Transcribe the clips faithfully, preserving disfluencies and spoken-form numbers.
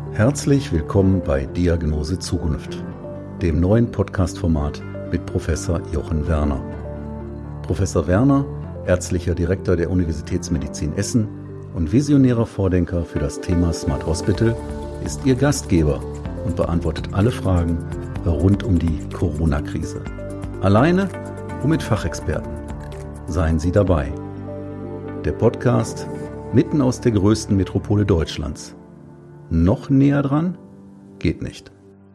Herzlich willkommen bei Diagnose Zukunft, dem neuen Podcast-Format mit Professor Jochen Werner. Professor Werner, ärztlicher Direktor der Universitätsmedizin Essen und visionärer Vordenker für das Thema Smart Hospital, ist Ihr Gastgeber und beantwortet alle Fragen rund um die Corona-Krise. Alleine und mit Fachexperten. Seien Sie dabei. Der Podcast mitten aus der größten Metropole Deutschlands. Noch näher dran? Geht nicht.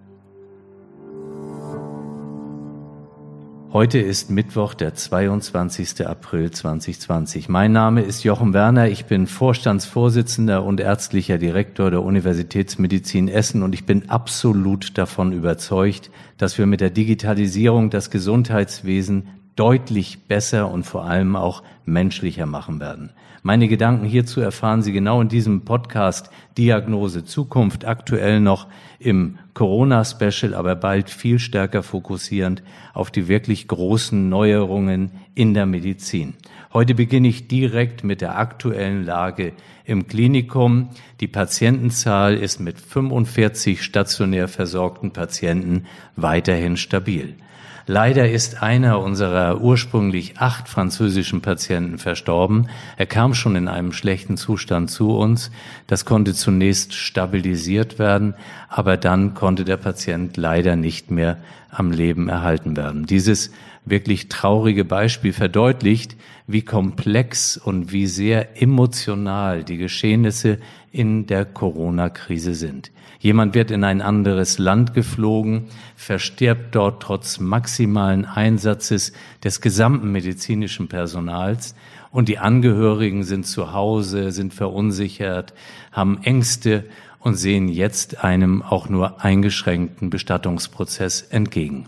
Heute ist Mittwoch, der zweiundzwanzigster April zweitausendzwanzig. Mein Name ist Jochen Werner, ich bin Vorstandsvorsitzender und ärztlicher Direktor der Universitätsmedizin Essen und ich bin absolut davon überzeugt, dass wir mit der Digitalisierung das Gesundheitswesen deutlich besser und vor allem auch menschlicher machen werden. Meine Gedanken hierzu erfahren Sie genau in diesem Podcast Diagnose Zukunft, aktuell noch im Corona-Special, aber bald viel stärker fokussierend auf die wirklich großen Neuerungen in der Medizin. Heute beginne ich direkt mit der aktuellen Lage im Klinikum. Die Patientenzahl ist mit fünfundvierzig stationär versorgten Patienten weiterhin stabil. Leider ist einer unserer ursprünglich acht französischen Patienten verstorben. Er kam schon in einem schlechten Zustand zu uns. Das konnte zunächst stabilisiert werden, aber dann konnte der Patient leider nicht mehr am Leben erhalten werden. Dieses wirklich traurige Beispiel verdeutlicht, wie komplex und wie sehr emotional die Geschehnisse in der Corona-Krise sind. Jemand wird in ein anderes Land geflogen, verstirbt dort trotz maximalen Einsatzes des gesamten medizinischen Personals und die Angehörigen sind zu Hause, sind verunsichert, haben Ängste und sehen jetzt einem auch nur eingeschränkten Bestattungsprozess entgegen.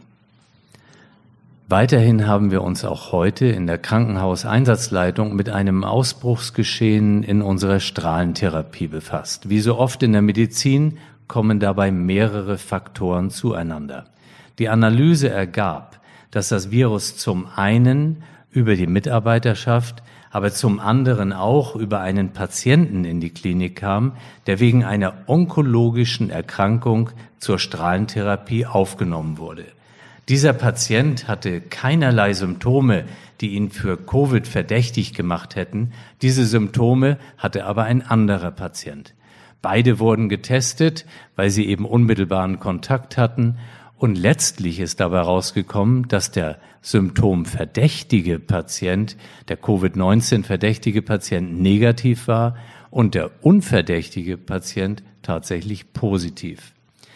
Weiterhin haben wir uns auch heute in der Krankenhauseinsatzleitung mit einem Ausbruchsgeschehen in unserer Strahlentherapie befasst. Wie so oft in der Medizin kommen dabei mehrere Faktoren zueinander. Die Analyse ergab, dass das Virus zum einen über die Mitarbeiterschaft, aber zum anderen auch über einen Patienten in die Klinik kam, der wegen einer onkologischen Erkrankung zur Strahlentherapie aufgenommen wurde. Dieser Patient hatte keinerlei Symptome, die ihn für Covid verdächtig gemacht hätten. Diese Symptome hatte aber ein anderer Patient. Beide wurden getestet, weil sie eben unmittelbaren Kontakt hatten. Und letztlich ist dabei rausgekommen, dass der symptomverdächtige Patient, der Covid neunzehn verdächtige Patient negativ war und der unverdächtige Patient tatsächlich positiv.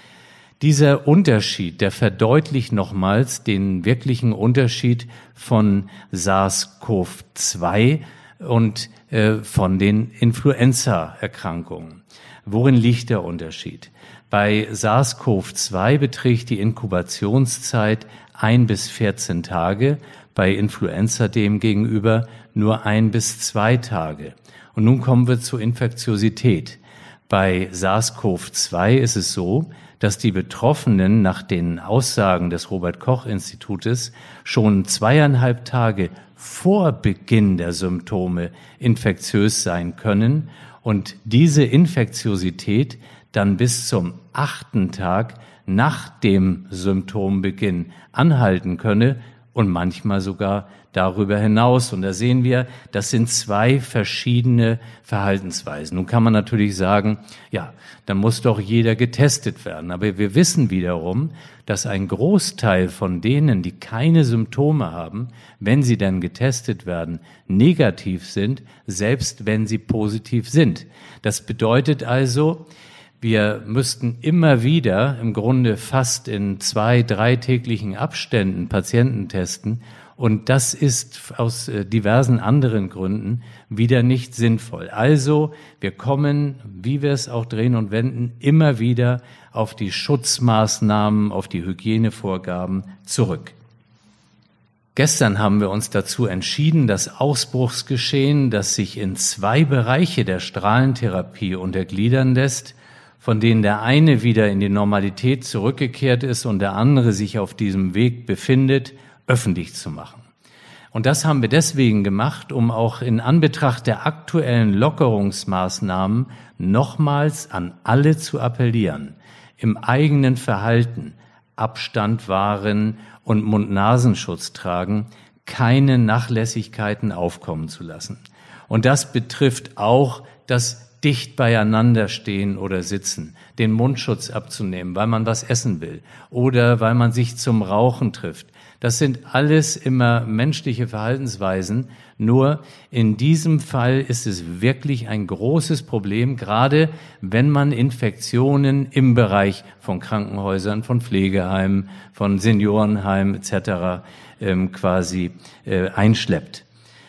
Dieser Unterschied, der verdeutlicht nochmals den wirklichen Unterschied von SARS-CoV zwei und äh, von den Influenza-Erkrankungen. Worin liegt der Unterschied? Bei SARS-CoV zwei beträgt die Inkubationszeit ein bis vierzehn Tage, bei Influenza demgegenüber nur ein bis zwei Tage. Und nun kommen wir zur Infektiosität. Bei SARS-CoV zwei ist es so, dass die Betroffenen nach den Aussagen des Robert-Koch-Institutes schon zweieinhalb Tage vor Beginn der Symptome infektiös sein können und diese Infektiosität dann bis zum achten Tag nach dem Symptombeginn anhalten könne und manchmal sogar darüber hinaus. Und da sehen wir, das sind zwei verschiedene Verhaltensweisen. Nun kann man natürlich sagen, ja, dann muss doch jeder getestet werden. Aber wir wissen wiederum, dass ein Großteil von denen, die keine Symptome haben, wenn sie dann getestet werden, negativ sind, selbst wenn sie positiv sind. Das bedeutet also, wir müssten immer wieder im Grunde fast in zwei-, dreitäglichen Abständen Patienten testen. Und das ist aus diversen anderen Gründen wieder nicht sinnvoll. Also wir kommen, wie wir es auch drehen und wenden, immer wieder auf die Schutzmaßnahmen, auf die Hygienevorgaben zurück. Gestern haben wir uns dazu entschieden, das Ausbruchsgeschehen, das sich in zwei Bereiche der Strahlentherapie untergliedern lässt, von denen der eine wieder in die Normalität zurückgekehrt ist und der andere sich auf diesem Weg befindet, öffentlich zu machen. Und das haben wir deswegen gemacht, um auch in Anbetracht der aktuellen Lockerungsmaßnahmen nochmals an alle zu appellieren, im eigenen Verhalten Abstand wahren und Mund-Nasenschutz tragen, keine Nachlässigkeiten aufkommen zu lassen. Und das betrifft auch das dicht beieinander stehen oder sitzen, den Mundschutz abzunehmen, weil man was essen will oder weil man sich zum Rauchen trifft. Das sind alles immer menschliche Verhaltensweisen. Nur in diesem Fall ist es wirklich ein großes Problem, gerade wenn man Infektionen im Bereich von Krankenhäusern, von Pflegeheimen, von Seniorenheimen et cetera ähm, quasi äh, einschleppt.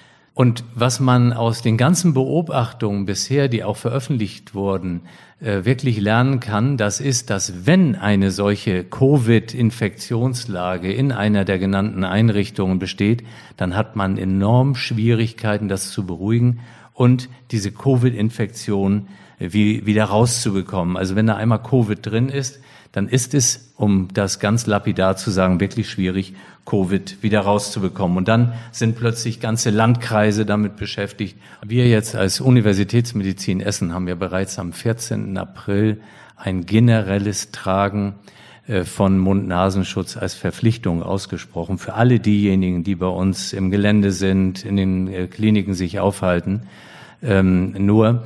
Und was man aus den ganzen Beobachtungen bisher, die auch veröffentlicht wurden, wirklich lernen kann, das ist, dass wenn eine solche Covid-Infektionslage in einer der genannten Einrichtungen besteht, dann hat man enorm Schwierigkeiten, das zu beruhigen und diese Covid-Infektion wieder rauszubekommen. Also wenn da einmal Covid drin ist, dann ist es, um das ganz lapidar zu sagen, wirklich schwierig, Covid wieder rauszubekommen. Und dann sind plötzlich ganze Landkreise damit beschäftigt. Wir jetzt als Universitätsmedizin Essen haben ja bereits am vierzehnten April ein generelles Tragen von Mund-Nasenschutz als Verpflichtung ausgesprochen für alle diejenigen, die bei uns im Gelände sind, in den Kliniken sich aufhalten. Ähm, nur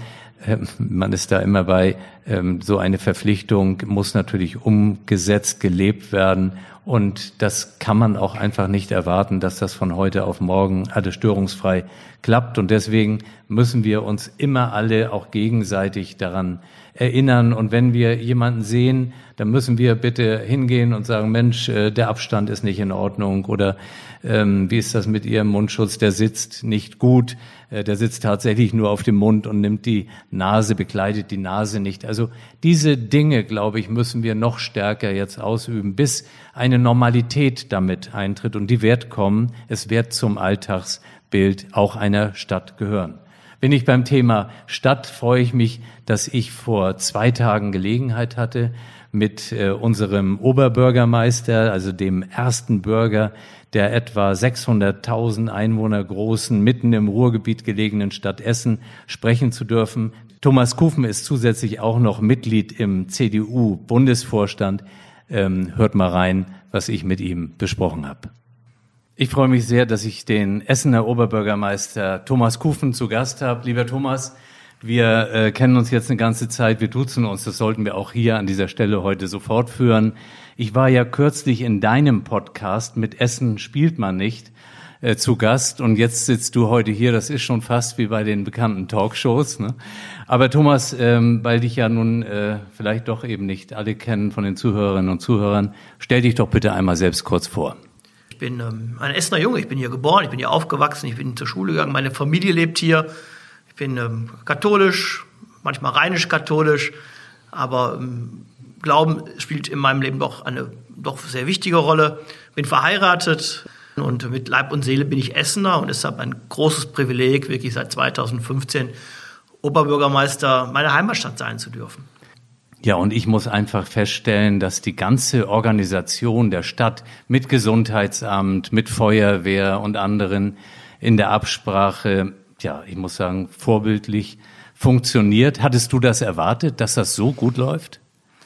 man ist da immer bei, so eine Verpflichtung muss natürlich umgesetzt, gelebt werden. Und das kann man auch einfach nicht erwarten, dass das von heute auf morgen alles störungsfrei klappt. Und deswegen müssen wir uns immer alle auch gegenseitig daran erinnern. Und wenn wir jemanden sehen, dann müssen wir bitte hingehen und sagen, Mensch, der Abstand ist nicht in Ordnung oder ähm, wie ist das mit Ihrem Mundschutz? Der sitzt nicht gut, äh, der sitzt tatsächlich nur auf dem Mund und nimmt die Nase, bekleidet die Nase nicht. Also diese Dinge, glaube ich, müssen wir noch stärker jetzt ausüben, bis eine Normalität damit eintritt und die wird kommen. Es wird zum Alltagsbild auch einer Stadt gehören. Bin ich beim Thema Stadt, freue ich mich, dass ich vor zwei Tagen Gelegenheit hatte, mit äh, unserem Oberbürgermeister, also dem ersten Bürger der etwa sechshunderttausend Einwohner großen, mitten im Ruhrgebiet gelegenen Stadt Essen, sprechen zu dürfen. Thomas Kufen ist zusätzlich auch noch Mitglied im C D U-Bundesvorstand. Ähm, hört mal rein, was ich mit ihm besprochen habe. Ich freue mich sehr, dass ich den Essener Oberbürgermeister Thomas Kufen zu Gast habe. Lieber Thomas, wir äh, kennen uns jetzt eine ganze Zeit, wir duzen uns, das sollten wir auch hier an dieser Stelle heute so fortführen. Ich war ja kürzlich in deinem Podcast mit Essen spielt man nicht äh, zu Gast und jetzt sitzt du heute hier, das ist schon fast wie bei den bekannten Talkshows, ne? Aber Thomas, ähm, weil dich ja nun äh, vielleicht doch eben nicht alle kennen von den Zuhörerinnen und Zuhörern, stell dich doch bitte einmal selbst kurz vor. Ich bin ähm, ein Essener Junge, ich bin hier geboren, ich bin hier aufgewachsen, ich bin zur Schule gegangen, meine Familie lebt hier. Ich bin ähm, katholisch, manchmal rheinisch-katholisch, aber ähm, Glauben spielt in meinem Leben doch eine doch sehr wichtige Rolle. Bin verheiratet und mit Leib und Seele bin ich Essener und deshalb ein großes Privileg, wirklich seit zweitausendfünfzehn Oberbürgermeister meiner Heimatstadt sein zu dürfen. Ja, und ich muss einfach feststellen, dass die ganze Organisation der Stadt mit Gesundheitsamt, mit Feuerwehr und anderen in der Absprache, ja, ich muss sagen, vorbildlich funktioniert. Hattest du das erwartet, dass das so gut läuft?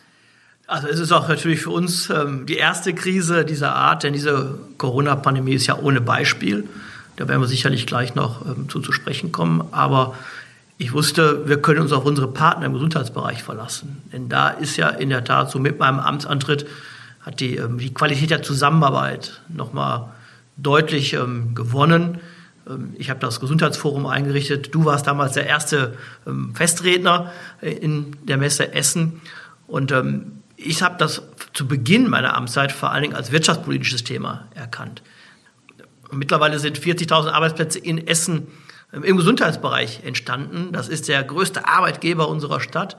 Also es ist auch natürlich für uns ähm, die erste Krise dieser Art, denn diese Corona-Pandemie ist ja ohne Beispiel. Da werden wir sicherlich gleich noch ähm, zu, zu sprechen kommen. Aber ich wusste, wir können uns auf unsere Partner im Gesundheitsbereich verlassen. Denn da ist ja in der Tat so mit meinem Amtsantritt hat die, ähm, die Qualität der Zusammenarbeit nochmal deutlich ähm, gewonnen. Ähm, ich habe das Gesundheitsforum eingerichtet. Du warst damals der erste ähm, Festredner in der Messe Essen. Und ähm, ich habe das zu Beginn meiner Amtszeit vor allen Dingen als wirtschaftspolitisches Thema erkannt. Mittlerweile sind vierzigtausend Arbeitsplätze in Essen im Gesundheitsbereich entstanden. Das ist der größte Arbeitgeber unserer Stadt.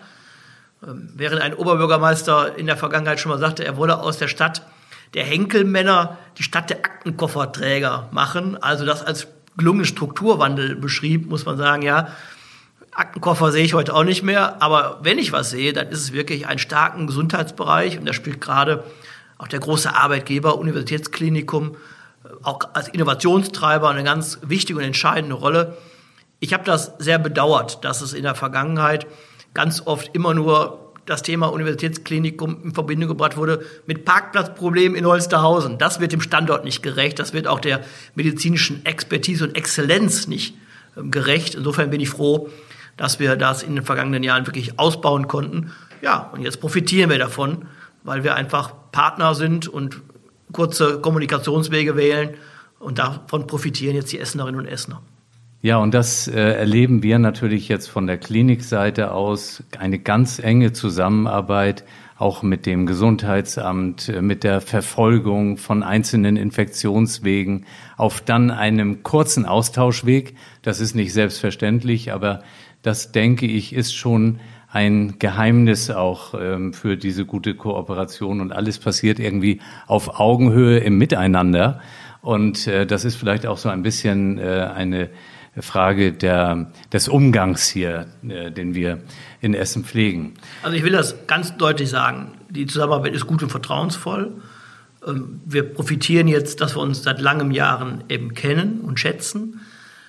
Während ein Oberbürgermeister in der Vergangenheit schon mal sagte, er wolle aus der Stadt der Henkelmänner die Stadt der Aktenkofferträger machen, also das als gelungenen Strukturwandel beschrieb, muss man sagen, ja, Aktenkoffer sehe ich heute auch nicht mehr, aber wenn ich was sehe, dann ist es wirklich einen starken Gesundheitsbereich und da spielt gerade auch der große Arbeitgeber Universitätsklinikum auch als Innovationstreiber eine ganz wichtige und entscheidende Rolle. Ich habe das sehr bedauert, dass es in der Vergangenheit ganz oft immer nur das Thema Universitätsklinikum in Verbindung gebracht wurde mit Parkplatzproblemen in Holsterhausen. Das wird dem Standort nicht gerecht. Das wird auch der medizinischen Expertise und Exzellenz nicht ähm, gerecht. Insofern bin ich froh, dass wir das in den vergangenen Jahren wirklich ausbauen konnten. Ja, und jetzt profitieren wir davon, weil wir einfach Partner sind und kurze Kommunikationswege wählen. Und davon profitieren jetzt die Essenerinnen und Essener. Ja, und das äh, erleben wir natürlich jetzt von der Klinikseite aus, eine ganz enge Zusammenarbeit, auch mit dem Gesundheitsamt, äh, mit der Verfolgung von einzelnen Infektionswegen auf dann einem kurzen Austauschweg. Das ist nicht selbstverständlich, aber das, denke ich, ist schon ein Geheimnis auch ähm, für diese gute Kooperation, und alles passiert irgendwie auf Augenhöhe im Miteinander. Und äh, das ist vielleicht auch so ein bisschen äh, eine Frage der, des Umgangs hier, äh, den wir in Essen pflegen. Also ich will das ganz deutlich sagen. Die Zusammenarbeit ist gut und vertrauensvoll. Ähm, wir profitieren jetzt, dass wir uns seit langen Jahren eben kennen und schätzen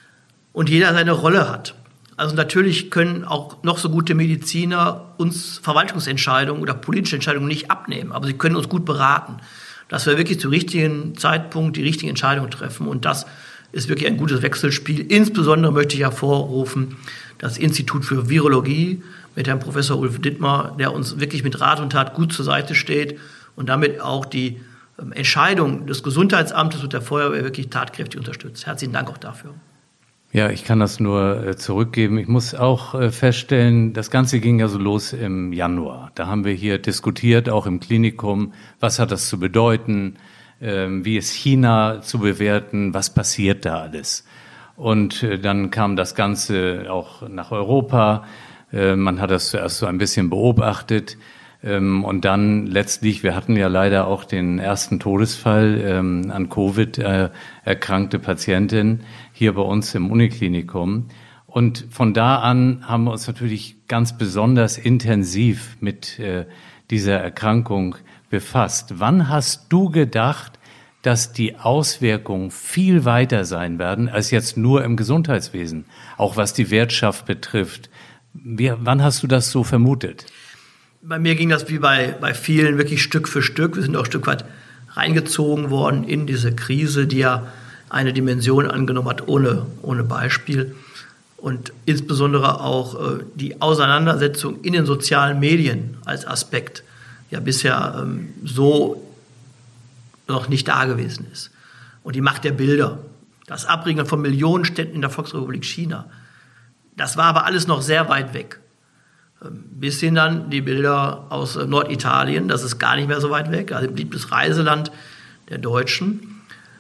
und jeder seine Rolle hat. Also natürlich können auch noch so gute Mediziner uns Verwaltungsentscheidungen oder politische Entscheidungen nicht abnehmen, aber sie können uns gut beraten, dass wir wirklich zum richtigen Zeitpunkt die richtigen Entscheidungen treffen. Und das ist wirklich ein gutes Wechselspiel. Insbesondere möchte ich hervorrufen das Institut für Virologie mit Herrn Professor Ulf Dittmar, der uns wirklich mit Rat und Tat gut zur Seite steht und damit auch die Entscheidung des Gesundheitsamtes und der Feuerwehr wirklich tatkräftig unterstützt. Herzlichen Dank auch dafür. Ja, ich kann das nur äh, zurückgeben. Ich muss auch äh, feststellen, das Ganze ging ja so los im Januar. Da haben wir hier diskutiert, auch im Klinikum, was hat das zu bedeuten, ähm, wie ist China zu bewerten, was passiert da alles. Und äh, dann kam das Ganze auch nach Europa. Äh, man hat das zuerst so ein bisschen beobachtet. Ähm, und dann letztlich, wir hatten ja leider auch den ersten Todesfall ähm, an Covid äh, erkrankte Patientin hier bei uns im Uniklinikum. Und von da an haben wir uns natürlich ganz besonders intensiv mit äh, dieser Erkrankung befasst. Wann hast du gedacht, dass die Auswirkungen viel weiter sein werden als jetzt nur im Gesundheitswesen, auch was die Wirtschaft betrifft? Wie, wann hast du das so vermutet? Bei mir ging das wie bei, bei vielen wirklich Stück für Stück. Wir sind auch ein Stück weit reingezogen worden in diese Krise, die ja eine Dimension angenommen hat, ohne, ohne Beispiel. Und insbesondere auch äh, die Auseinandersetzung in den sozialen Medien als Aspekt ja bisher ähm, so noch nicht da gewesen ist. Und die Macht der Bilder, das Abriegeln von Millionen Städten in der Volksrepublik China, das war aber alles noch sehr weit weg. Bis hin dann die Bilder aus Norditalien, das ist gar nicht mehr so weit weg, also ein beliebtes Reiseland der Deutschen.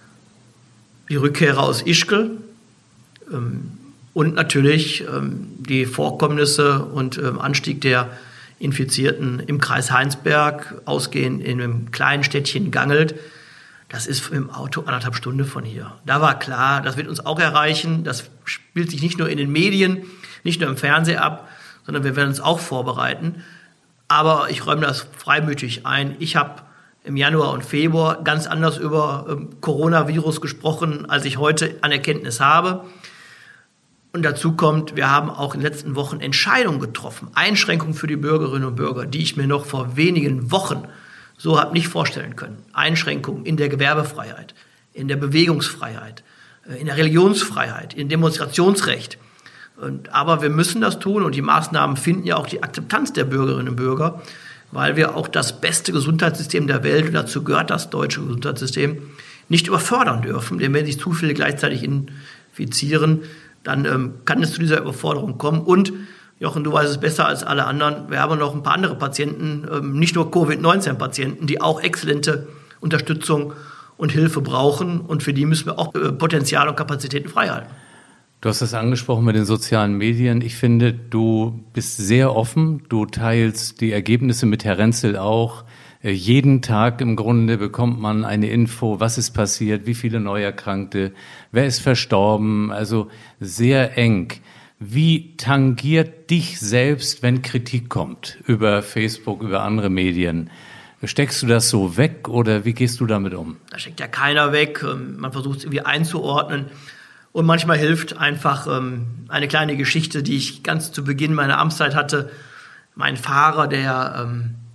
Die Rückkehrer aus Ischgl ähm, und natürlich ähm, die Vorkommnisse und ähm, Anstieg der Infizierten im Kreis Heinsberg, ausgehend in einem kleinen Städtchen Gangelt. Das ist im Auto anderthalb Stunden von hier. Da war klar, das wird uns auch erreichen. Das spielt sich nicht nur in den Medien, nicht nur im Fernsehen ab, sondern wir werden uns auch vorbereiten. Aber ich räume das freimütig ein. Ich habe im Januar und Februar ganz anders über ähm, Coronavirus gesprochen, als ich heute an Erkenntnis habe. Und dazu kommt, wir haben auch in den letzten Wochen Entscheidungen getroffen, Einschränkungen für die Bürgerinnen und Bürger, die ich mir noch vor wenigen Wochen so habe nicht vorstellen können. Einschränkungen in der Gewerbefreiheit, in der Bewegungsfreiheit, in der Religionsfreiheit, in Demonstrationsrecht. Und, aber wir müssen das tun und die Maßnahmen finden ja auch die Akzeptanz der Bürgerinnen und Bürger, weil wir auch das beste Gesundheitssystem der Welt, und dazu gehört das deutsche Gesundheitssystem, nicht überfordern dürfen. Denn wenn sich zu viele gleichzeitig infizieren, dann ähm, kann es zu dieser Überforderung kommen. Und, Jochen, du weißt es besser als alle anderen, wir haben noch ein paar andere Patienten, ähm, nicht nur Covid neunzehn Patienten, die auch exzellente Unterstützung und Hilfe brauchen. Und für die müssen wir auch äh, Potenzial und Kapazitäten freihalten. Du hast das angesprochen mit den sozialen Medien. Ich finde, du bist sehr offen. Du teilst die Ergebnisse mit Herr Renzel auch. Jeden Tag im Grunde bekommt man eine Info, was ist passiert, wie viele Neuerkrankte, wer ist verstorben, also sehr eng. Wie tangiert dich selbst, wenn Kritik kommt über Facebook, über andere Medien? Steckst du das so weg oder wie gehst du damit um? Da steckt ja keiner weg. Man versucht es irgendwie einzuordnen. Und manchmal hilft einfach eine kleine Geschichte, die ich ganz zu Beginn meiner Amtszeit hatte. Mein Fahrer, der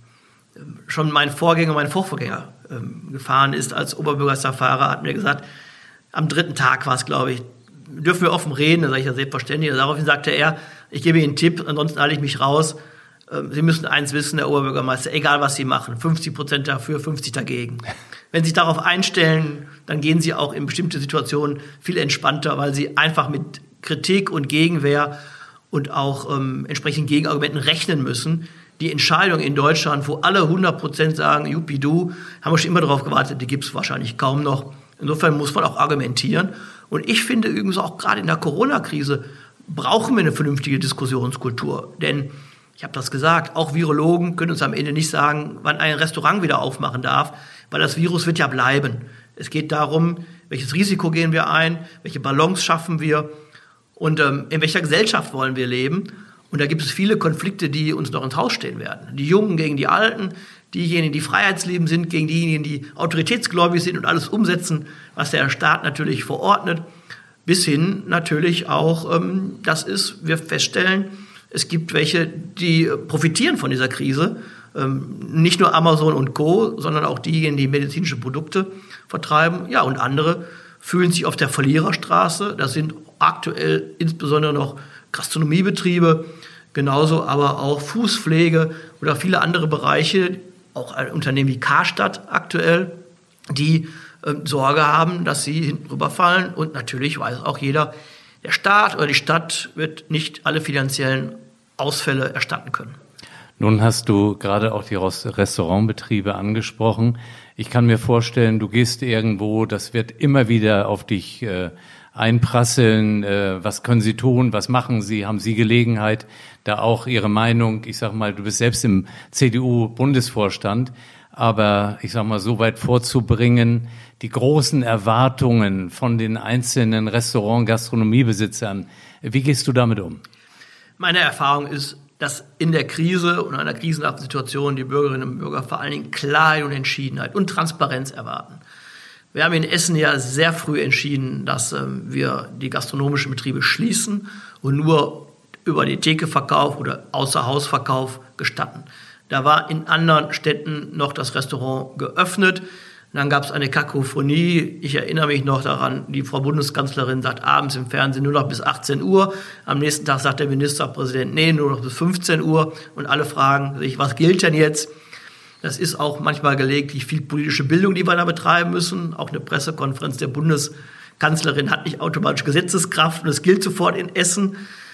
schon mein Vorgänger, mein Vorvorgänger gefahren ist als Oberbürgermeisterfahrer, hat mir gesagt, am dritten Tag war es, glaube ich, dürfen wir offen reden? Da sage ich ja selbstverständlich. Daraufhin sagte er, ich gebe Ihnen einen Tipp, ansonsten halte ich mich raus. Sie müssen eins wissen, Herr Oberbürgermeister, egal was Sie machen, fünfzig Prozent dafür, fünfzig dagegen. Wenn Sie sich darauf einstellen, dann gehen Sie auch in bestimmte Situationen viel entspannter, weil Sie einfach mit Kritik und Gegenwehr und auch ähm, entsprechenden Gegenargumenten rechnen müssen. Die Entscheidung in Deutschland, wo alle hundert Prozent sagen, Juppie-du, haben wir schon immer darauf gewartet, die gibt es wahrscheinlich kaum noch. Insofern muss man auch argumentieren. Und ich finde übrigens auch gerade in der Corona-Krise brauchen wir eine vernünftige Diskussionskultur. Denn ich habe das gesagt, auch Virologen können uns am Ende nicht sagen, wann ein Restaurant wieder aufmachen darf, weil das Virus wird ja bleiben. Es geht darum, welches Risiko gehen wir ein, welche Balance schaffen wir und ähm, in welcher Gesellschaft wollen wir leben. Und da gibt es viele Konflikte, die uns noch ins Haus stehen werden. Die Jungen gegen die Alten, diejenigen, die freiheitsliebend sind, gegen diejenigen, die autoritätsgläubig sind und alles umsetzen, was der Staat natürlich verordnet. Bis hin natürlich auch, ähm, das ist, wir feststellen, es gibt welche, die profitieren von dieser Krise. Ähm, nicht nur Amazon und Co., sondern auch diejenigen, die medizinische Produkte vertreiben. Ja, und andere fühlen sich auf der Verliererstraße. Das sind aktuell insbesondere noch Gastronomiebetriebe, genauso aber auch Fußpflege oder viele andere Bereiche, auch ein Unternehmen wie Karstadt aktuell, die äh, Sorge haben, dass sie hinten rüberfallen. Und natürlich weiß auch jeder, der Staat oder die Stadt wird nicht alle finanziellen Ausfälle erstatten können. Nun hast du gerade auch die Restaurantbetriebe angesprochen. Ich kann mir vorstellen, du gehst irgendwo, das wird immer wieder auf dich äh, einprasseln. Äh, was können Sie tun? Was machen Sie? Haben Sie Gelegenheit, da auch Ihre Meinung, ich sag mal, du bist selbst im C D U-Bundesvorstand, aber ich sag mal, so weit vorzubringen, die großen Erwartungen von den einzelnen Restaurant-Gastronomiebesitzern. Wie gehst du damit um? Meine Erfahrung ist, dass in der Krise und einer krisenhaften Situation die Bürgerinnen und Bürger vor allen Dingen Klarheit und Entschiedenheit und Transparenz erwarten. Wir haben in Essen ja sehr früh entschieden, dass ähm, wir die gastronomischen Betriebe schließen und nur über die Thekeverkauf oder Außerhausverkauf gestatten. Da war in anderen Städten noch das Restaurant geöffnet. Dann gab es eine Kakophonie. Ich erinnere mich noch daran, die Frau Bundeskanzlerin sagt abends im Fernsehen nur noch bis achtzehn Uhr. Am nächsten Tag sagt der Ministerpräsident, nee, nur noch bis fünfzehn Uhr. Und alle fragen sich, was gilt denn jetzt? Das ist auch manchmal gelegentlich viel politische Bildung, die wir da betreiben müssen. Auch eine Pressekonferenz der Bundeskanzlerin hat nicht automatisch Gesetzeskraft und es gilt sofort in Essen.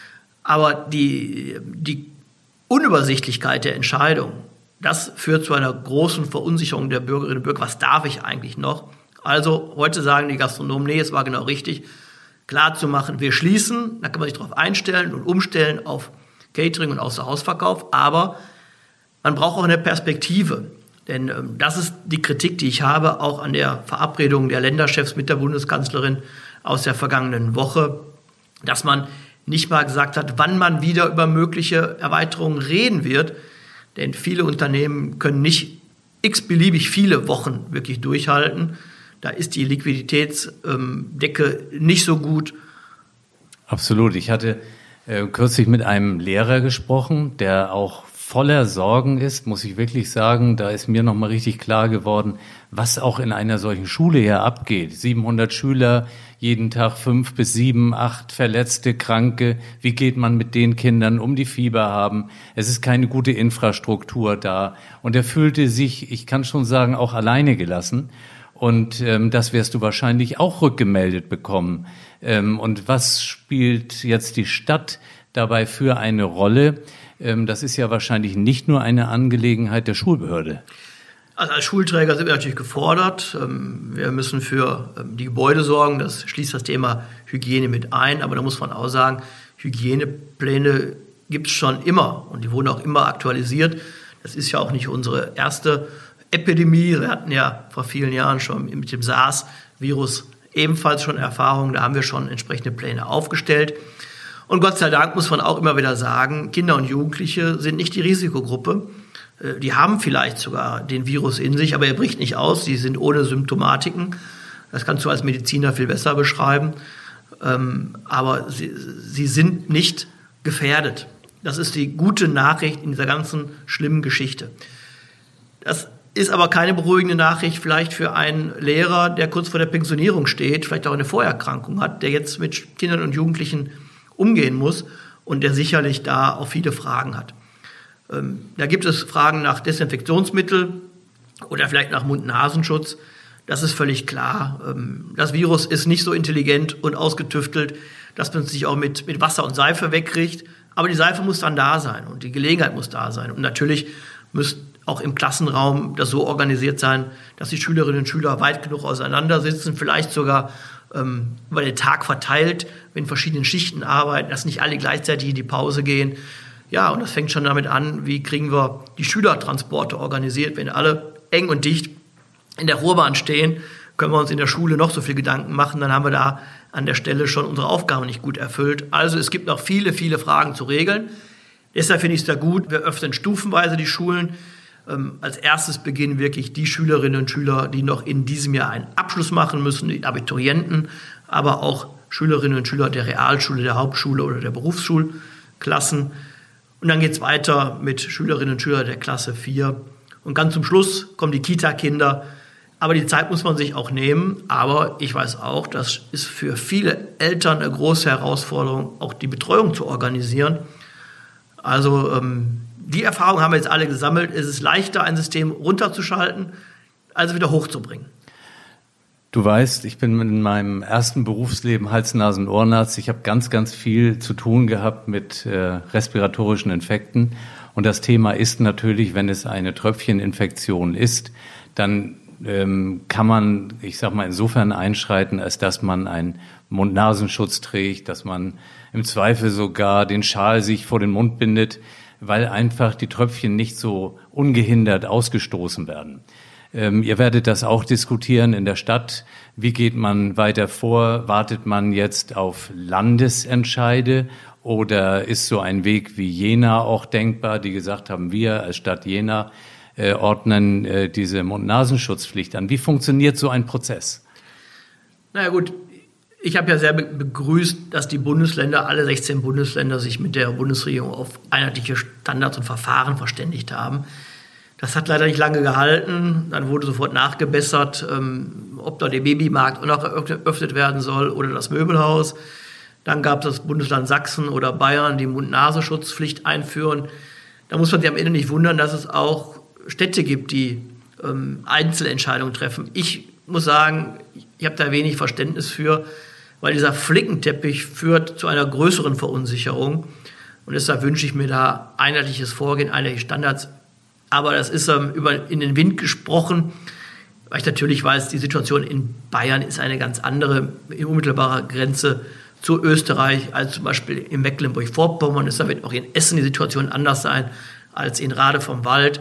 Aber die, die Unübersichtlichkeit der Entscheidung, das führt zu einer großen Verunsicherung der Bürgerinnen und Bürger. Was darf ich eigentlich noch? Also heute sagen die Gastronomen, nee, es war genau richtig, klar zu machen, wir schließen, da kann man sich darauf einstellen und umstellen auf Catering und Außerhausverkauf, aber man braucht auch eine Perspektive. Denn ähm, das ist die Kritik, die ich habe, auch an der Verabredung der Länderchefs mit der Bundeskanzlerin aus der vergangenen Woche, dass man nicht mal gesagt hat, wann man wieder über mögliche Erweiterungen reden wird. Denn viele Unternehmen können nicht x-beliebig viele Wochen wirklich durchhalten. Da ist die Liquiditätsdecke nicht so gut. Absolut. Ich hatte äh, kürzlich mit einem Lehrer gesprochen, der auch voller Sorgen ist, muss ich wirklich sagen. Da ist mir nochmal richtig klar geworden, was auch in einer solchen Schule hier abgeht. siebenhundert Schüler, jeden Tag fünf bis sieben, acht Verletzte, Kranke. Wie geht man mit den Kindern um, die Fieber haben? Es ist keine gute Infrastruktur da. Und er fühlte sich, ich kann schon sagen, auch alleine gelassen. Und ähm, das wirst du wahrscheinlich auch rückgemeldet bekommen. Ähm, und was spielt jetzt die Stadt dabei für eine Rolle? Ähm, das ist ja wahrscheinlich nicht nur eine Angelegenheit der Schulbehörde. Also als Schulträger sind wir natürlich gefordert. Wir müssen für die Gebäude sorgen. Das schließt das Thema Hygiene mit ein. Aber da muss man auch sagen, Hygienepläne gibt es schon immer. Und die wurden auch immer aktualisiert. Das ist ja auch nicht unsere erste Epidemie. Wir hatten ja vor vielen Jahren schon mit dem SARS-Virus ebenfalls schon Erfahrungen. Da haben wir schon entsprechende Pläne aufgestellt. Und Gott sei Dank muss man auch immer wieder sagen, Kinder und Jugendliche sind nicht die Risikogruppe. äh, die haben vielleicht sogar den Virus in sich, aber er bricht nicht aus, die sind ohne Symptomatiken. Das kannst du als Mediziner viel besser beschreiben. Ähm, aber sie, sie sind nicht gefährdet. Das ist die gute Nachricht in dieser ganzen schlimmen Geschichte. Das ist aber keine beruhigende Nachricht vielleicht für einen Lehrer, der kurz vor der Pensionierung steht, vielleicht auch eine Vorerkrankung hat, der jetzt mit Kindern und Jugendlichen umgehen muss und der sicherlich da auch viele Fragen hat. Ähm, da gibt es Fragen nach Desinfektionsmittel oder vielleicht nach Mund-Nasenschutz. Das ist völlig klar. Ähm, das Virus ist nicht so intelligent und ausgetüftelt, dass man es sich auch mit, mit Wasser und Seife wegkriegt. Aber die Seife muss dann da sein und die Gelegenheit muss da sein. Und natürlich muss auch im Klassenraum das so organisiert sein, dass die Schülerinnen und Schüler weit genug auseinandersitzen, vielleicht sogar ähm, über den Tag verteilt, in verschiedenen Schichten arbeiten, dass nicht alle gleichzeitig in die Pause gehen. Ja, und das fängt schon damit an, wie kriegen wir die Schülertransporte organisiert. Wenn alle eng und dicht in der Ruhrbahn stehen, können wir uns in der Schule noch so viel Gedanken machen, dann haben wir da an der Stelle schon unsere Aufgabe nicht gut erfüllt. Also es gibt noch viele, viele Fragen zu regeln. Deshalb finde ich es sehr gut, wir öffnen stufenweise die Schulen. Ähm, als erstes beginnen wirklich die Schülerinnen und Schüler, die noch in diesem Jahr einen Abschluss machen müssen, die Abiturienten, aber auch Schülerinnen und Schüler der Realschule, der Hauptschule oder der Berufsschulklassen. Und dann geht es weiter mit Schülerinnen und Schülern der Klasse vier. Und ganz zum Schluss kommen die Kita-Kinder. Aber die Zeit muss man sich auch nehmen. Aber ich weiß auch, das ist für viele Eltern eine große Herausforderung, auch die Betreuung zu organisieren. Also ähm, die Erfahrung haben wir jetzt alle gesammelt. Es ist leichter, ein System runterzuschalten, als wieder hochzubringen. Du weißt, ich bin in meinem ersten Berufsleben Hals-Nasen-Ohrenarzt. Ich habe ganz, ganz viel zu tun gehabt mit äh, respiratorischen Infekten. Und das Thema ist natürlich, wenn es eine Tröpfcheninfektion ist, dann ähm, kann man, ich sag mal, insofern einschreiten, als dass man einen Mund-Nasenschutz trägt, dass man im Zweifel sogar den Schal sich vor den Mund bindet, weil einfach die Tröpfchen nicht so ungehindert ausgestoßen werden. Ähm, ihr werdet das auch diskutieren in der Stadt. Wie geht man weiter vor? Wartet man jetzt auf Landesentscheide oder ist so ein Weg wie Jena auch denkbar, die gesagt haben, wir als Stadt Jena äh, ordnen äh, diese Mund-Nasenschutzpflicht an? Wie funktioniert so ein Prozess? Naja gut, ich habe ja sehr begrüßt, dass die Bundesländer, alle sechzehn Bundesländer, sich mit der Bundesregierung auf einheitliche Standards und Verfahren verständigt haben. Das hat leider nicht lange gehalten. Dann wurde sofort nachgebessert, ähm, ob da der Babymarkt auch noch eröffnet werden soll oder das Möbelhaus. Dann gab es das Bundesland Sachsen oder Bayern, die Mund-Nasenschutzpflicht einführen. Da muss man sich am Ende nicht wundern, dass es auch Städte gibt, die ähm, Einzelentscheidungen treffen. Ich muss sagen, ich habe da wenig Verständnis für, weil dieser Flickenteppich führt zu einer größeren Verunsicherung. Und deshalb wünsche ich mir da einheitliches Vorgehen, einheitliche Standards. Aber das ist ähm, über, in den Wind gesprochen, weil ich natürlich weiß, die Situation in Bayern ist eine ganz andere, in unmittelbarer Grenze zu Österreich, als zum Beispiel in Mecklenburg-Vorpommern. Deshalb wird auch in Essen die Situation anders sein als in Rade vom Wald.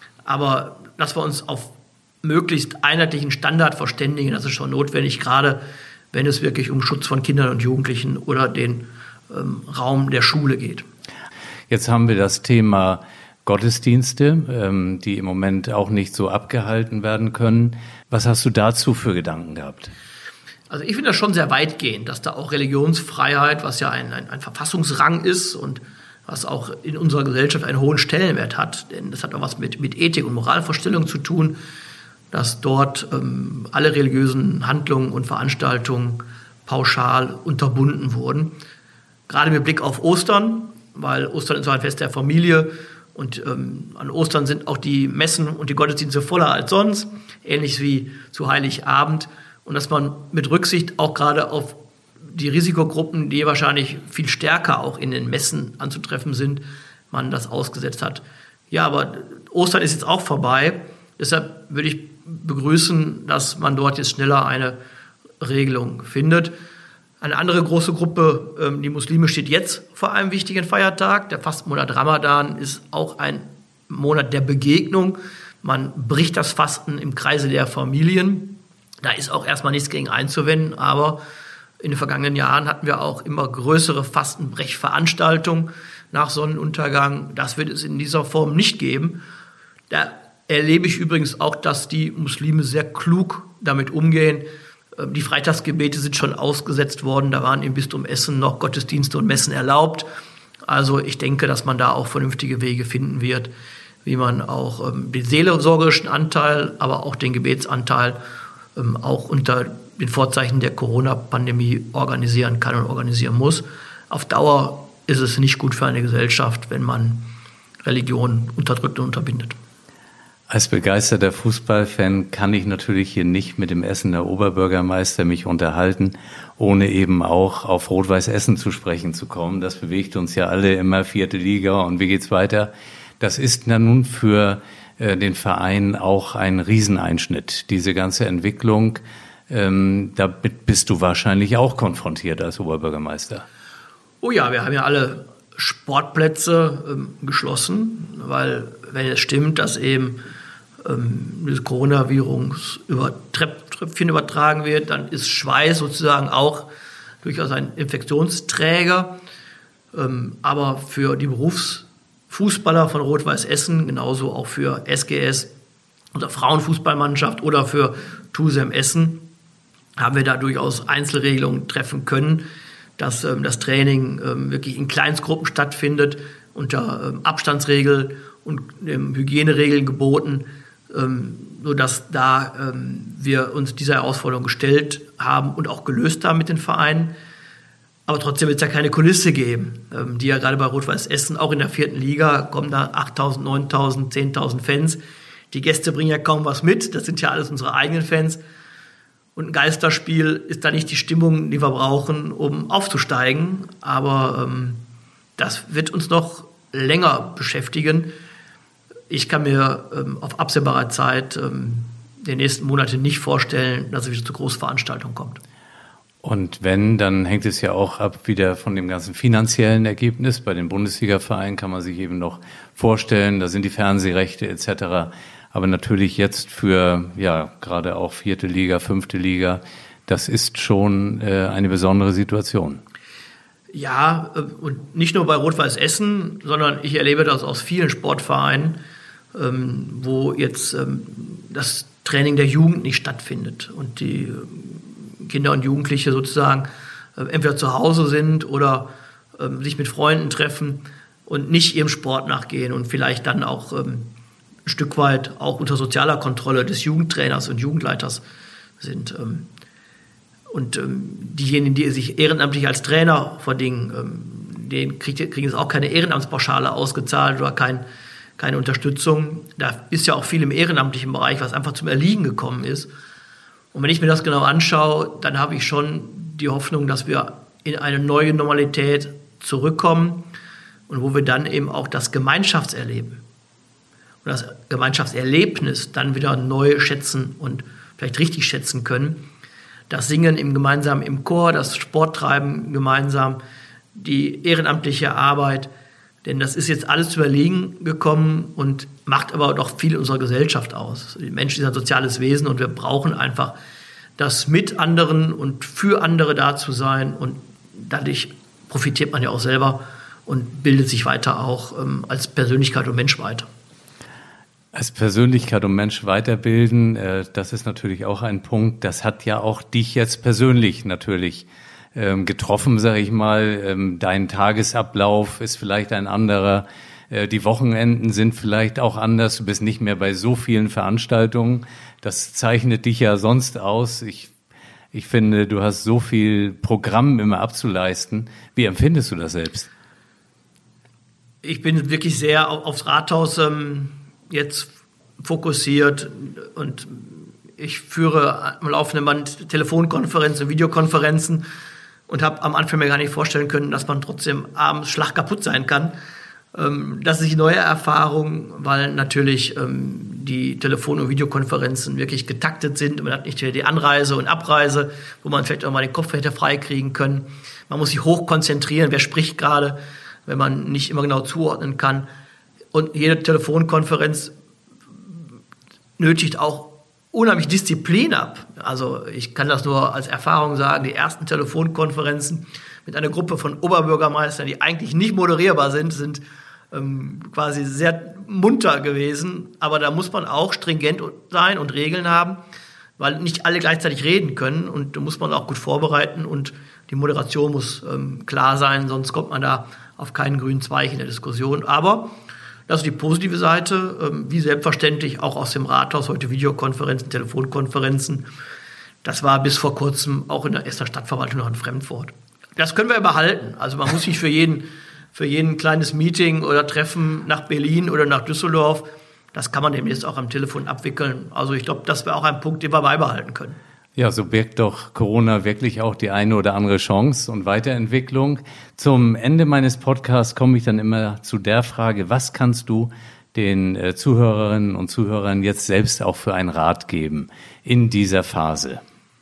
Aber dass wir uns auf möglichst einheitlichen Standard verständigen, das ist schon notwendig, gerade wenn es wirklich um Schutz von Kindern und Jugendlichen oder den ähm, Raum der Schule geht. Jetzt haben wir das Thema Gottesdienste, ähm, die im Moment auch nicht so abgehalten werden können. Was hast du dazu für Gedanken gehabt? Also ich finde das schon sehr weitgehend, dass da auch Religionsfreiheit, was ja ein, ein, ein Verfassungsrang ist und was auch in unserer Gesellschaft einen hohen Stellenwert hat, denn das hat auch was mit, mit Ethik und Moralvorstellungen zu tun, dass dort ähm, alle religiösen Handlungen und Veranstaltungen pauschal unterbunden wurden. Gerade mit Blick auf Ostern, weil Ostern ist so ein Fest der Familie und ähm, an Ostern sind auch die Messen und die Gottesdienste voller als sonst, ähnlich wie zu Heiligabend. Und dass man mit Rücksicht auch gerade auf die Risikogruppen, die wahrscheinlich viel stärker auch in den Messen anzutreffen sind, man das ausgesetzt hat. Ja, aber Ostern ist jetzt auch vorbei. Deshalb würde ich begrüßen, dass man dort jetzt schneller eine Regelung findet. Eine andere große Gruppe, die Muslime, steht jetzt vor einem wichtigen Feiertag. Der Fastenmonat Ramadan ist auch ein Monat der Begegnung. Man bricht das Fasten im Kreise der Familien. Da ist auch erstmal nichts gegen einzuwenden, aber in den vergangenen Jahren hatten wir auch immer größere Fastenbrechveranstaltungen nach Sonnenuntergang. Das wird es in dieser Form nicht geben. Da erlebe ich übrigens auch, dass die Muslime sehr klug damit umgehen. Die Freitagsgebete sind schon ausgesetzt worden. Da waren im Bistum Essen noch Gottesdienste und Messen erlaubt. Also ich denke, dass man da auch vernünftige Wege finden wird, wie man auch ähm, den seelsorgerischen Anteil, aber auch den Gebetsanteil ähm, auch unter den Vorzeichen der Corona-Pandemie organisieren kann und organisieren muss. Auf Dauer ist es nicht gut für eine Gesellschaft, wenn man Religion unterdrückt und unterbindet. Als begeisterter Fußballfan kann ich natürlich hier nicht mit dem Essener Oberbürgermeister mich unterhalten, ohne eben auch auf Rot-Weiß Essen zu sprechen zu kommen. Das bewegt uns ja alle immer, vierte Liga und wie geht's weiter. Das ist na nun für äh, den Verein auch ein Rieseneinschnitt, diese ganze Entwicklung. Ähm, damit bist du wahrscheinlich auch konfrontiert als Oberbürgermeister. Oh ja, wir haben ja alle Sportplätze ähm, geschlossen, weil wenn es stimmt, dass eben ähm, das Coronavirus über Trepp, Tröpfchen übertragen wird, dann ist Schweiß sozusagen auch durchaus ein Infektionsträger. Ähm, aber für die Berufsfußballer von Rot-Weiß Essen, genauso auch für S G S, unserer Frauenfußballmannschaft oder für TuSem Essen, haben wir da durchaus Einzelregelungen treffen können, dass ähm, das Training ähm, wirklich in Kleinstgruppen stattfindet, unter ähm, Abstandsregeln und ähm, Hygieneregeln geboten, ähm, sodass da ähm, wir uns dieser Herausforderung gestellt haben und auch gelöst haben mit den Vereinen. Aber trotzdem wird es ja keine Kulisse geben, ähm, die ja gerade bei Rot-Weiß Essen, auch in der vierten Liga, kommen da achttausend, neuntausend, zehntausend Fans. Die Gäste bringen ja kaum was mit, das sind ja alles unsere eigenen Fans. Und ein Geisterspiel ist da nicht die Stimmung, die wir brauchen, um aufzusteigen. Aber ähm, das wird uns noch länger beschäftigen. Ich kann mir ähm, auf absehbare Zeit ähm, die nächsten Monate nicht vorstellen, dass es wieder zu Großveranstaltungen kommt. Und wenn, dann hängt es ja auch ab wieder von dem ganzen finanziellen Ergebnis. Bei den Bundesliga-Vereinen kann man sich eben noch vorstellen, da sind die Fernsehrechte et cetera. Aber natürlich jetzt für, ja, gerade auch vierte Liga, fünfte Liga, das ist schon äh, eine besondere Situation. Ja, äh, und nicht nur bei Rot-Weiß Essen, sondern ich erlebe das aus vielen Sportvereinen, ähm, wo jetzt ähm, das Training der Jugend nicht stattfindet und die äh, Kinder und Jugendliche sozusagen äh, entweder zu Hause sind oder äh, sich mit Freunden treffen und nicht ihrem Sport nachgehen und vielleicht dann auch ähm, ein Stück weit auch unter sozialer Kontrolle des Jugendtrainers und Jugendleiters sind. Und diejenigen, die sich ehrenamtlich als Trainer verdingen, denen kriegen jetzt auch keine Ehrenamtspauschale ausgezahlt oder kein, keine Unterstützung. Da ist ja auch viel im ehrenamtlichen Bereich, was einfach zum Erliegen gekommen ist. Und wenn ich mir das genau anschaue, dann habe ich schon die Hoffnung, dass wir in eine neue Normalität zurückkommen und wo wir dann eben auch das Gemeinschaftserleben und das Gemeinschaftserlebnis dann wieder neu schätzen und vielleicht richtig schätzen können. Das Singen im gemeinsam im Chor, das Sporttreiben gemeinsam, die ehrenamtliche Arbeit, denn das ist jetzt alles zu Überlegen gekommen und macht aber doch viel unserer Gesellschaft aus. Die Mensch ist ein soziales Wesen und wir brauchen einfach das mit anderen und für andere da zu sein und dadurch profitiert man ja auch selber und bildet sich weiter auch ähm, als Persönlichkeit und Mensch weiter. Als Persönlichkeit und Mensch weiterbilden, äh, das ist natürlich auch ein Punkt. Das hat ja auch dich jetzt persönlich natürlich ähm, getroffen, sage ich mal. Ähm, dein Tagesablauf ist vielleicht ein anderer. Äh, die Wochenenden sind vielleicht auch anders. Du bist nicht mehr bei so vielen Veranstaltungen. Das zeichnet dich ja sonst aus. Ich, ich finde, du hast so viel Programm immer abzuleisten. Wie empfindest du das selbst? Ich bin wirklich sehr aufs Rathaus ähm jetzt fokussiert und ich führe am laufenden Band Telefonkonferenzen, Videokonferenzen und habe am Anfang mir gar nicht vorstellen können, dass man trotzdem abends schlagkaputt sein kann. Das ist eine neue Erfahrung, weil natürlich die Telefon- und Videokonferenzen wirklich getaktet sind und man hat nicht wieder die Anreise und Abreise, wo man vielleicht auch mal den Kopf hätte freikriegen können. Man muss sich hoch konzentrieren, wer spricht gerade, wenn man nicht immer genau zuordnen kann. Und jede Telefonkonferenz nötigt auch unheimlich Disziplin ab. Also ich kann das nur als Erfahrung sagen, die ersten Telefonkonferenzen mit einer Gruppe von Oberbürgermeistern, die eigentlich nicht moderierbar sind, sind ähm, quasi sehr munter gewesen. Aber da muss man auch stringent sein und Regeln haben, weil nicht alle gleichzeitig reden können. Und da muss man auch gut vorbereiten und die Moderation muss ähm, klar sein, sonst kommt man da auf keinen grünen Zweig in der Diskussion. Aber das ist die positive Seite, ähm, wie selbstverständlich auch aus dem Rathaus, heute Videokonferenzen, Telefonkonferenzen. Das war bis vor kurzem auch in der Essener Stadtverwaltung noch ein Fremdwort. Das können wir behalten. Also man muss nicht für jeden, für jeden kleines Meeting oder Treffen nach Berlin oder nach Düsseldorf, das kann man demnächst auch am Telefon abwickeln. Also ich glaube, das wäre auch ein Punkt, den wir beibehalten können. Ja, so birgt doch Corona wirklich auch die eine oder andere Chance und Weiterentwicklung. Zum Ende meines Podcasts komme ich dann immer zu der Frage, was kannst du den äh, Zuhörerinnen und Zuhörern jetzt selbst auch für einen Rat geben in dieser Phase?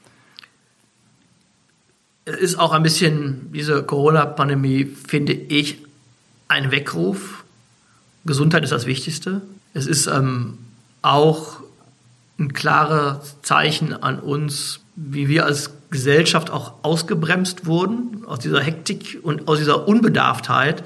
Es ist auch ein bisschen, diese Corona-Pandemie, finde ich, ein Weckruf. Gesundheit ist das Wichtigste. Es ist ähm, auch ein klares Zeichen an uns, wie wir als Gesellschaft auch ausgebremst wurden aus dieser Hektik und aus dieser Unbedarftheit.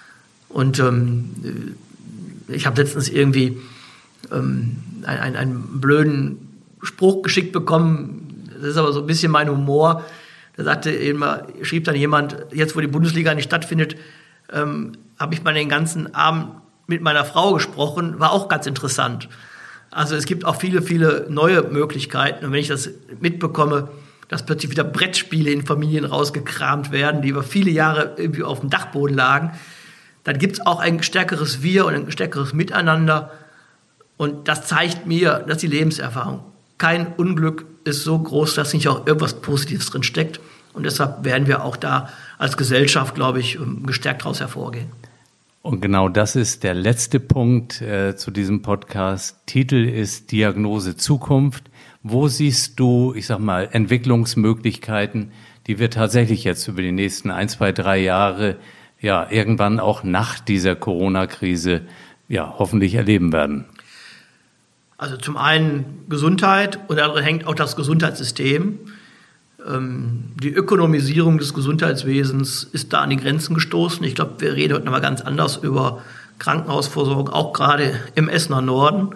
Und ähm, ich habe letztens irgendwie ähm, einen, einen blöden Spruch geschickt bekommen. Das ist aber so ein bisschen mein Humor. Da sagte immer, schrieb dann jemand, jetzt wo die Bundesliga nicht stattfindet, ähm, habe ich mal den ganzen Abend mit meiner Frau gesprochen. War auch ganz interessant. Also es gibt auch viele, viele neue Möglichkeiten. Und wenn ich das mitbekomme, dass plötzlich wieder Brettspiele in Familien rausgekramt werden, die über viele Jahre irgendwie auf dem Dachboden lagen, dann gibt es auch ein stärkeres Wir und ein stärkeres Miteinander. Und das zeigt mir, dass die Lebenserfahrung, kein Unglück ist so groß, dass nicht auch irgendwas Positives drin steckt. Und deshalb werden wir auch da als Gesellschaft, glaube ich, gestärkt daraus hervorgehen. Und genau das ist der letzte Punkt äh, zu diesem Podcast. Titel ist Diagnose Zukunft. Wo siehst du, ich sag mal, Entwicklungsmöglichkeiten, die wir tatsächlich jetzt über die nächsten ein, zwei, drei Jahre ja irgendwann auch nach dieser Corona-Krise ja hoffentlich erleben werden? Also zum einen Gesundheit und daran hängt auch das Gesundheitssystem. Ähm, die Ökonomisierung des Gesundheitswesens ist da an die Grenzen gestoßen. Ich glaube, wir reden heute noch mal ganz anders über Krankenhausversorgung, auch gerade im Essener Norden.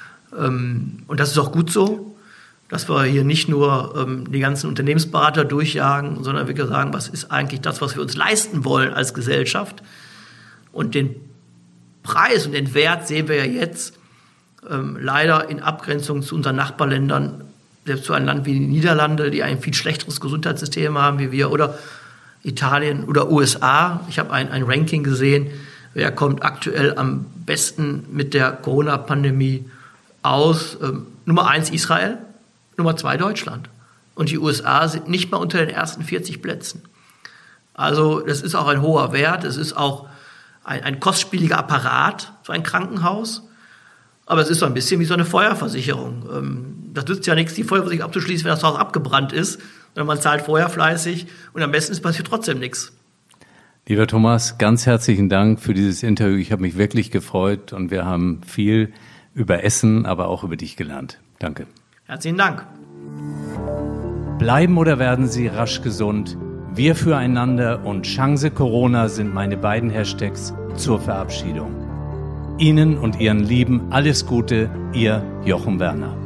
Ähm, und das ist auch gut so, dass wir hier nicht nur ähm, die ganzen Unternehmensberater durchjagen, sondern wirklich sagen, was ist eigentlich das, was wir uns leisten wollen als Gesellschaft. Und den Preis und den Wert sehen wir ja jetzt ähm, leider in Abgrenzung zu unseren Nachbarländern, selbst zu einem Land wie die Niederlande, die ein viel schlechteres Gesundheitssystem haben wie wir, oder Italien oder U S A. Ich habe ein, ein Ranking gesehen, wer kommt aktuell am besten mit der Corona-Pandemie aus. Ähm, Nummer eins Israel, Nummer zwei Deutschland. Und die U S A sind nicht mal unter den ersten vierzig Plätzen. Also das ist auch ein hoher Wert, es ist auch ein, ein kostspieliger Apparat, so ein Krankenhaus. Aber es ist so ein bisschen wie so eine Feuerversicherung. Ähm, das nützt ja nichts, die Feuerversicherung abzuschließen, wenn das Haus abgebrannt ist. Sondern man zahlt vorher fleißig und am besten ist passiert trotzdem nichts. Lieber Thomas, ganz herzlichen Dank für dieses Interview. Ich habe mich wirklich gefreut und wir haben viel über Essen, aber auch über dich gelernt. Danke. Herzlichen Dank. Bleiben oder werden Sie rasch gesund? Wir füreinander und Chance Corona sind meine beiden Hashtags zur Verabschiedung. Ihnen und Ihren Lieben alles Gute, Ihr Jochen Werner.